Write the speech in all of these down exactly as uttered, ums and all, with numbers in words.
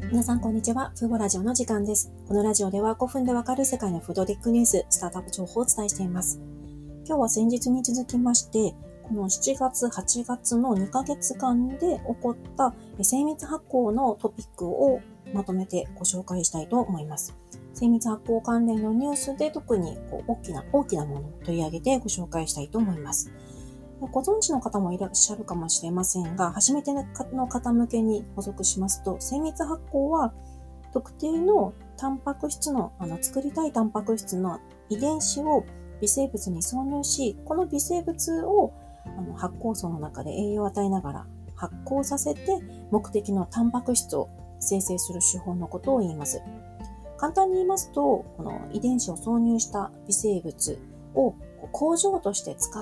皆さんこんにちは。フーボラジオの時間です。このラジオではごふんでわかる世界のフードテックニュース、スタートアップ情報をお伝えしています。今日は先日に続きまして、このしちがつ、はちがつのにかげつかんで起こった精密発酵のトピックをまとめてご紹介したいと思います。精密発酵関連のニュースで特にこう大きな大きなものを取り上げてご紹介したいと思います。ご存知の方もいらっしゃるかもしれませんが、初めての方向けに補足しますと、精密発酵は特定のタンパク質の、あの作りたいタンパク質の遺伝子を微生物に挿入し、この微生物をあの発酵素の中で栄養を与えながら発酵させて目的のタンパク質を生成する手法のことを言います。簡単に言いますと、この遺伝子を挿入した微生物を工場として使って、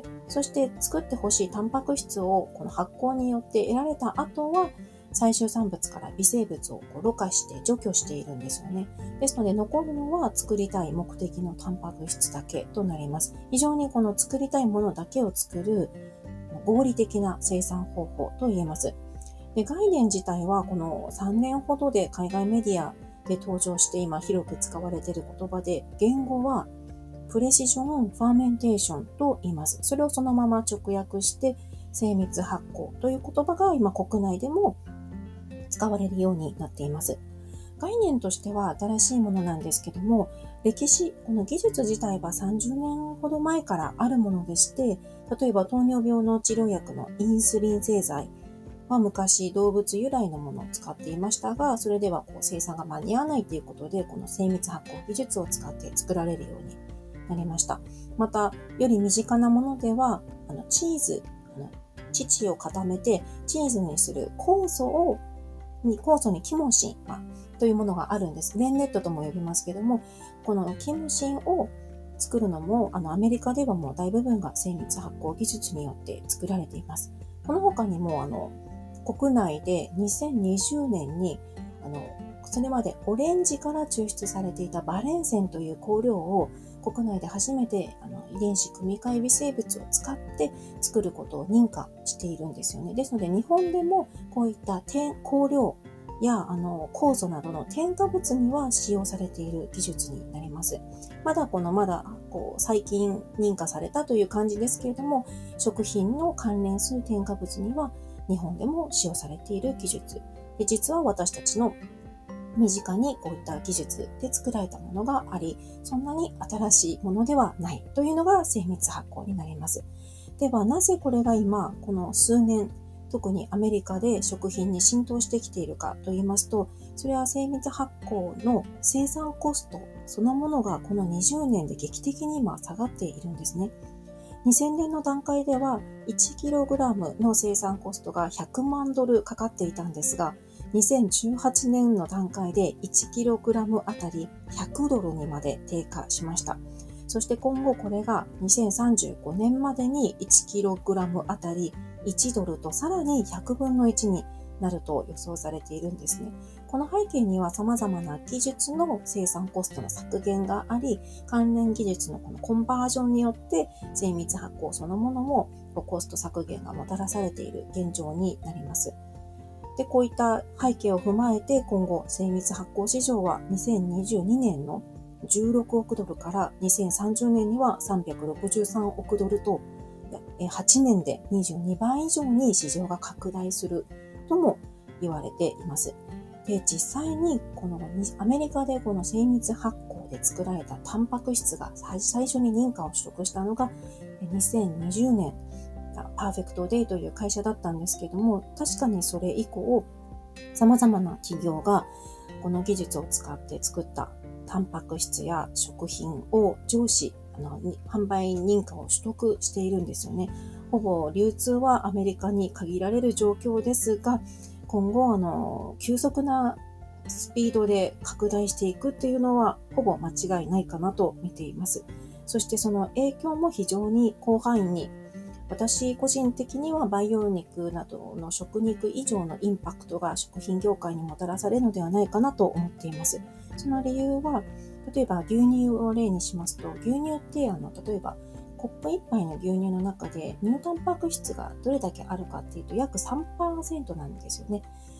そして作ってほしいタンパク質をこの発酵によって得られた後は、最終産物から微生物をこうろ過して除去しているんですよね。ですので残るのは作りたい目的のタンパク質だけとなります。非常にこの作りたいものだけを作る合理的な生産方法と言えます。で、概念自体はこのさんねんほどで海外メディアで登場して今広く使われている言葉で、言語はプレシジョンファーメンテーションと言います。それをそのまま直訳して精密発酵という言葉が今国内でも使われるようになっています。概念としては新しいものなんですけども、歴史、この技術自体はさんじゅうねんほど前からあるものでして、例えば糖尿病の治療薬のインスリン製剤は昔動物由来のものを使っていましたが、それではこう生産が間に合わないということで、この精密発酵技術を使って作られるようになりました。また、より身近なものでは、あのチーズ、あの乳を固めてチーズにする酵素を、に酵素にキモシンというものがあるんです。レンネットとも呼びますけども、このキモシンを作るのも、あのアメリカではもう大部分が精密発酵技術によって作られています。この他にも、あの国内でにせんにじゅうねんに、あのそれまでオレンジから抽出されていたバレンセンという香料を国内で初めてあの遺伝子組み換え微生物を使って作ることを認可しているんですよね。ですので日本でもこういった香料やあの酵素などの添加物には使用されている技術になります。まだこのまだこう最近認可されたという感じですけれども、食品の関連する添加物には日本でも使用されている技術で、実は私たちの身近にこういった技術で作られたものがあり、そんなに新しいものではないというのが精密発酵になります。では、なぜこれが今、この数年、特にアメリカで食品に浸透してきているかと言いますと、それは精密発酵の生産コストそのものがこのにじゅうねんで劇的に今下がっているんですね。にせんねんの段階では いちキログラム の生産コストがひゃくまんドルかかっていたんですが、にせんじゅうはちねんの段階で いちキログラム あたりひゃくドルにまで低下しました。そして今後これがにせんさんじゅうごねんまでに いちキログラム あたりいちドルとさらにひゃくぶんのいちになると予想されているんですね。この背景には様々な技術の生産コストの削減があり、関連技術のこのコンバージョンによって精密発酵そのものもコスト削減がもたらされている現状になります。で、こういった背景を踏まえて今後精密発酵市場はにせんにじゅうにねんのじゅうろくおくドルからにせんさんじゅうねんにはさんびゃくろくじゅうさんおくドルとはちねんでにじゅうにばい以上に市場が拡大するとも言われています。で、実際にこのアメリカでこの精密発酵で作られたタンパク質が最初に認可を取得したのがにせんにじゅうねん、パーフェクトデイという会社だったんですけども、確かにそれ以降様々な企業がこの技術を使って作ったタンパク質や食品を上司あの販売認可を取得しているんですよね。ほぼ流通はアメリカに限られる状況ですが、今後あの急速なスピードで拡大していくっていうのはほぼ間違いないかなと見ています。そしてその影響も非常に広範囲に、私個人的には培養肉などの食肉以上のインパクトが食品業界にもたらされるのではないかなと思っています。その理由は、例えば牛乳を例にしますと、牛乳ってあの例えばコップ一杯の牛乳の中で乳タンパク質がどれだけあるかっていうと約 さんパーセント なんですよね。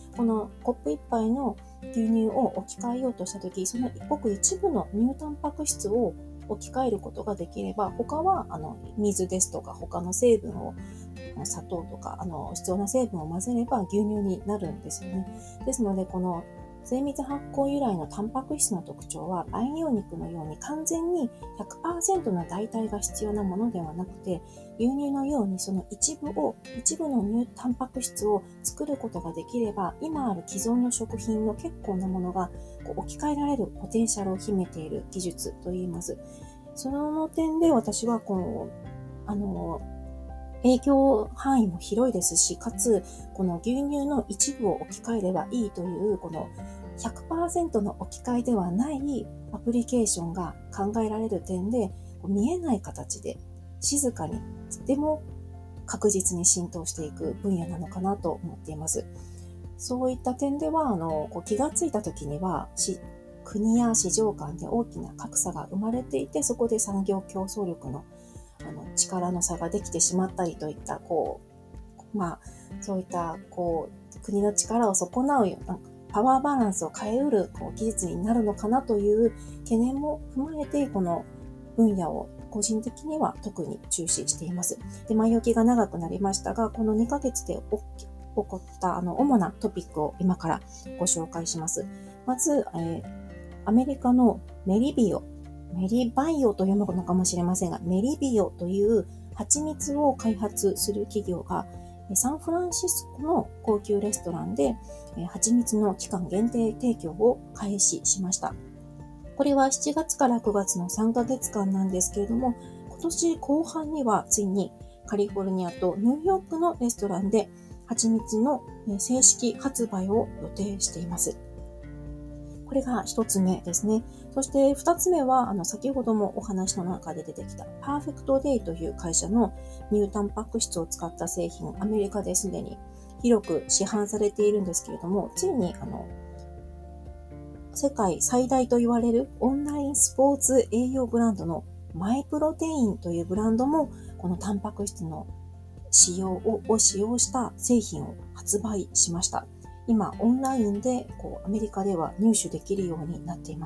このコップ一杯の牛乳を置き換えようとしたとき、そのごく一部の乳タンパク質を置き換えることができれば、他はあの水ですとか他の成分を、砂糖とかあの必要な成分を混ぜれば牛乳になるんですよね。ですので、この精密発酵由来のタンパク質の特徴は、培養肉のように完全に ひゃくパーセント の代替が必要なものではなくて、牛乳のようにその一部を、一部の乳タンパク質を作ることができれば、今ある既存の食品の結構なものがこう置き換えられるポテンシャルを秘めている技術といいます。その点で私はこう、あの、影響範囲も広いですし、かつ、この牛乳の一部を置き換えればいいという、この ひゃくパーセント の置き換えではないアプリケーションが考えられる点で、見えない形で静かに、でも確実に浸透していく分野なのかなと思っています。そういった点では、あの、こう気がついた時には、国や市場間で大きな格差が生まれていて、そこで産業競争力のあの力の差ができてしまったりといった、こう、まあ、そういった、こう、国の力を損なうような、パワーバランスを変えうるこう技術になるのかなという懸念も踏まえて、この分野を個人的には特に注視しています。で、前置きが長くなりましたが、このにかげつで起こったあの主なトピックを今からご紹介します。まず、えー、アメリカのメリビオ、メリバイオと読むのかもしれませんが、メリビオという蜂蜜を開発する企業がサンフランシスコの高級レストランで蜂蜜の期間限定提供を開始しました。これはしちがつからくがつのさんかげつかんなんですけれども、今年後半にはついにカリフォルニアとニューヨークのレストランで蜂蜜の正式発売を予定しています。これが一つ目ですね。そして二つ目は、あの、先ほどもお話の中で出てきたパーフェクトデイという会社の乳タンパク質を使った製品、アメリカですでに広く市販されているんですけれども、ついに、あの、世界最大と言われるオンラインスポーツ栄養ブランドのマイプロテインというブランドも、このタンパク質の使用を、を使用した製品を発売しました。今、オンラインでこうアメリカでは入手できるようになっています。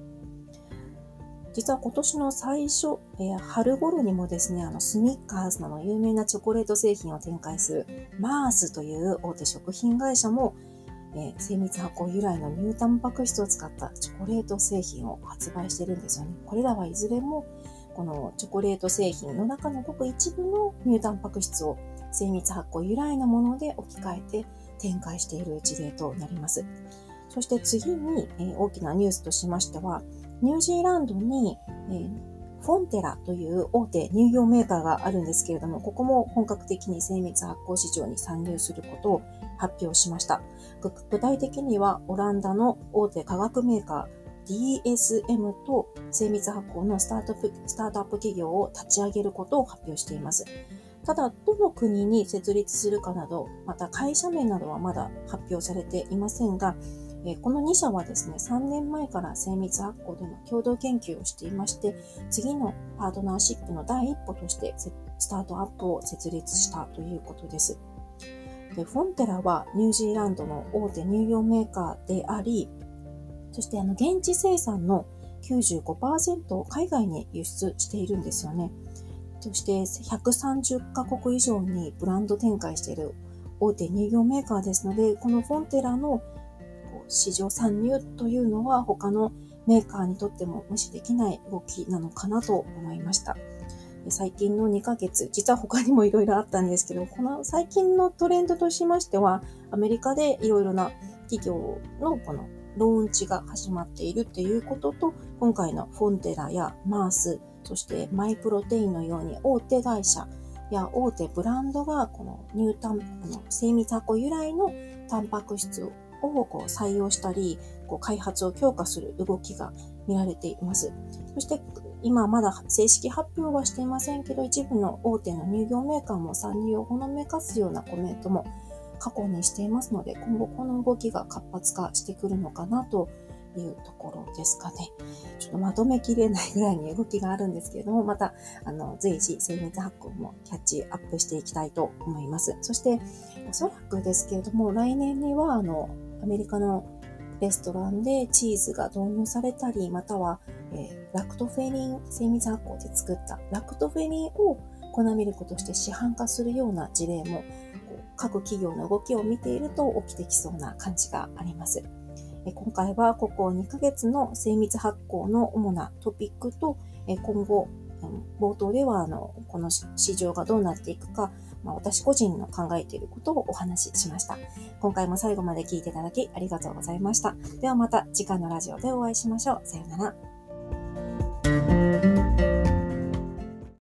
実は今年の最初、えー、春頃にもですね、あのスニッカーズなど有名なチョコレート製品を展開するマースという大手食品会社も、えー、精密発酵由来の乳タンパク質を使ったチョコレート製品を発売しているんですよね。これらはいずれもこのチョコレート製品の中のごく一部の乳タンパク質を精密発酵由来のもので置き換えて展開している事例となります。そして次に、えー、大きなニュースとしましては、ニュージーランドに、えー、フォンテラという大手乳業メーカーがあるんですけれども、ここも本格的に精密発酵市場に参入することを発表しました。具体的にはオランダの大手化学メーカー ディーエスエム と精密発酵のスタートアップ、スタートアップ企業を立ち上げることを発表しています。ただ、どの国に設立するかなど、また会社名などはまだ発表されていませんが、このにしゃはですね、さんねんまえから精密発酵での共同研究をしていまして、次のパートナーシップの第一歩としてスタートアップを設立したということです。で、フォンテラはニュージーランドの大手乳業メーカーであり、そしてあの現地生産の きゅうじゅうごパーセント を海外に輸出しているんですよね。そしてひゃくさんじゅっかこく以上にブランド展開している大手乳業メーカーですので、このフォンテラの市場参入というのは他のメーカーにとっても無視できない動きなのかなと思いました。最近のにかげつ、実は他にもいろいろあったんですけど、この最近のトレンドとしましては、アメリカでいろいろな企業のこのローンチが始まっているということと、今回のフォンテラやマース、そしてマイプロテインのように大手会社や大手ブランドがこの乳タンの精密発酵由来のタンパク質をこう採用したり、こう開発を強化する動きが見られています。そして今まだ正式発表はしていませんけど、一部の大手の乳業メーカーも参入をほのめかすようなコメントも過去にしていますので、今後この動きが活発化してくるのかなというところですかね。ちょっとまとめきれないぐらいに動きがあるんですけれども、また、あの、随時精密発酵もキャッチアップしていきたいと思います。そして、おそらくですけれども、来年には、あの、アメリカのレストランでチーズが導入されたり、または、えー、ラクトフェリン、精密発酵で作ったラクトフェリンを粉ミルクとして市販化するような事例も、各企業の動きを見ていると起きてきそうな感じがあります。今回はここにかげつの精密発酵の主なトピックと、今後、冒頭ではあのこの市場がどうなっていくか、まあ、私個人の考えていることをお話ししました。今回も最後まで聞いていただきありがとうございました。ではまた次回のラジオでお会いしましょう。さようなら。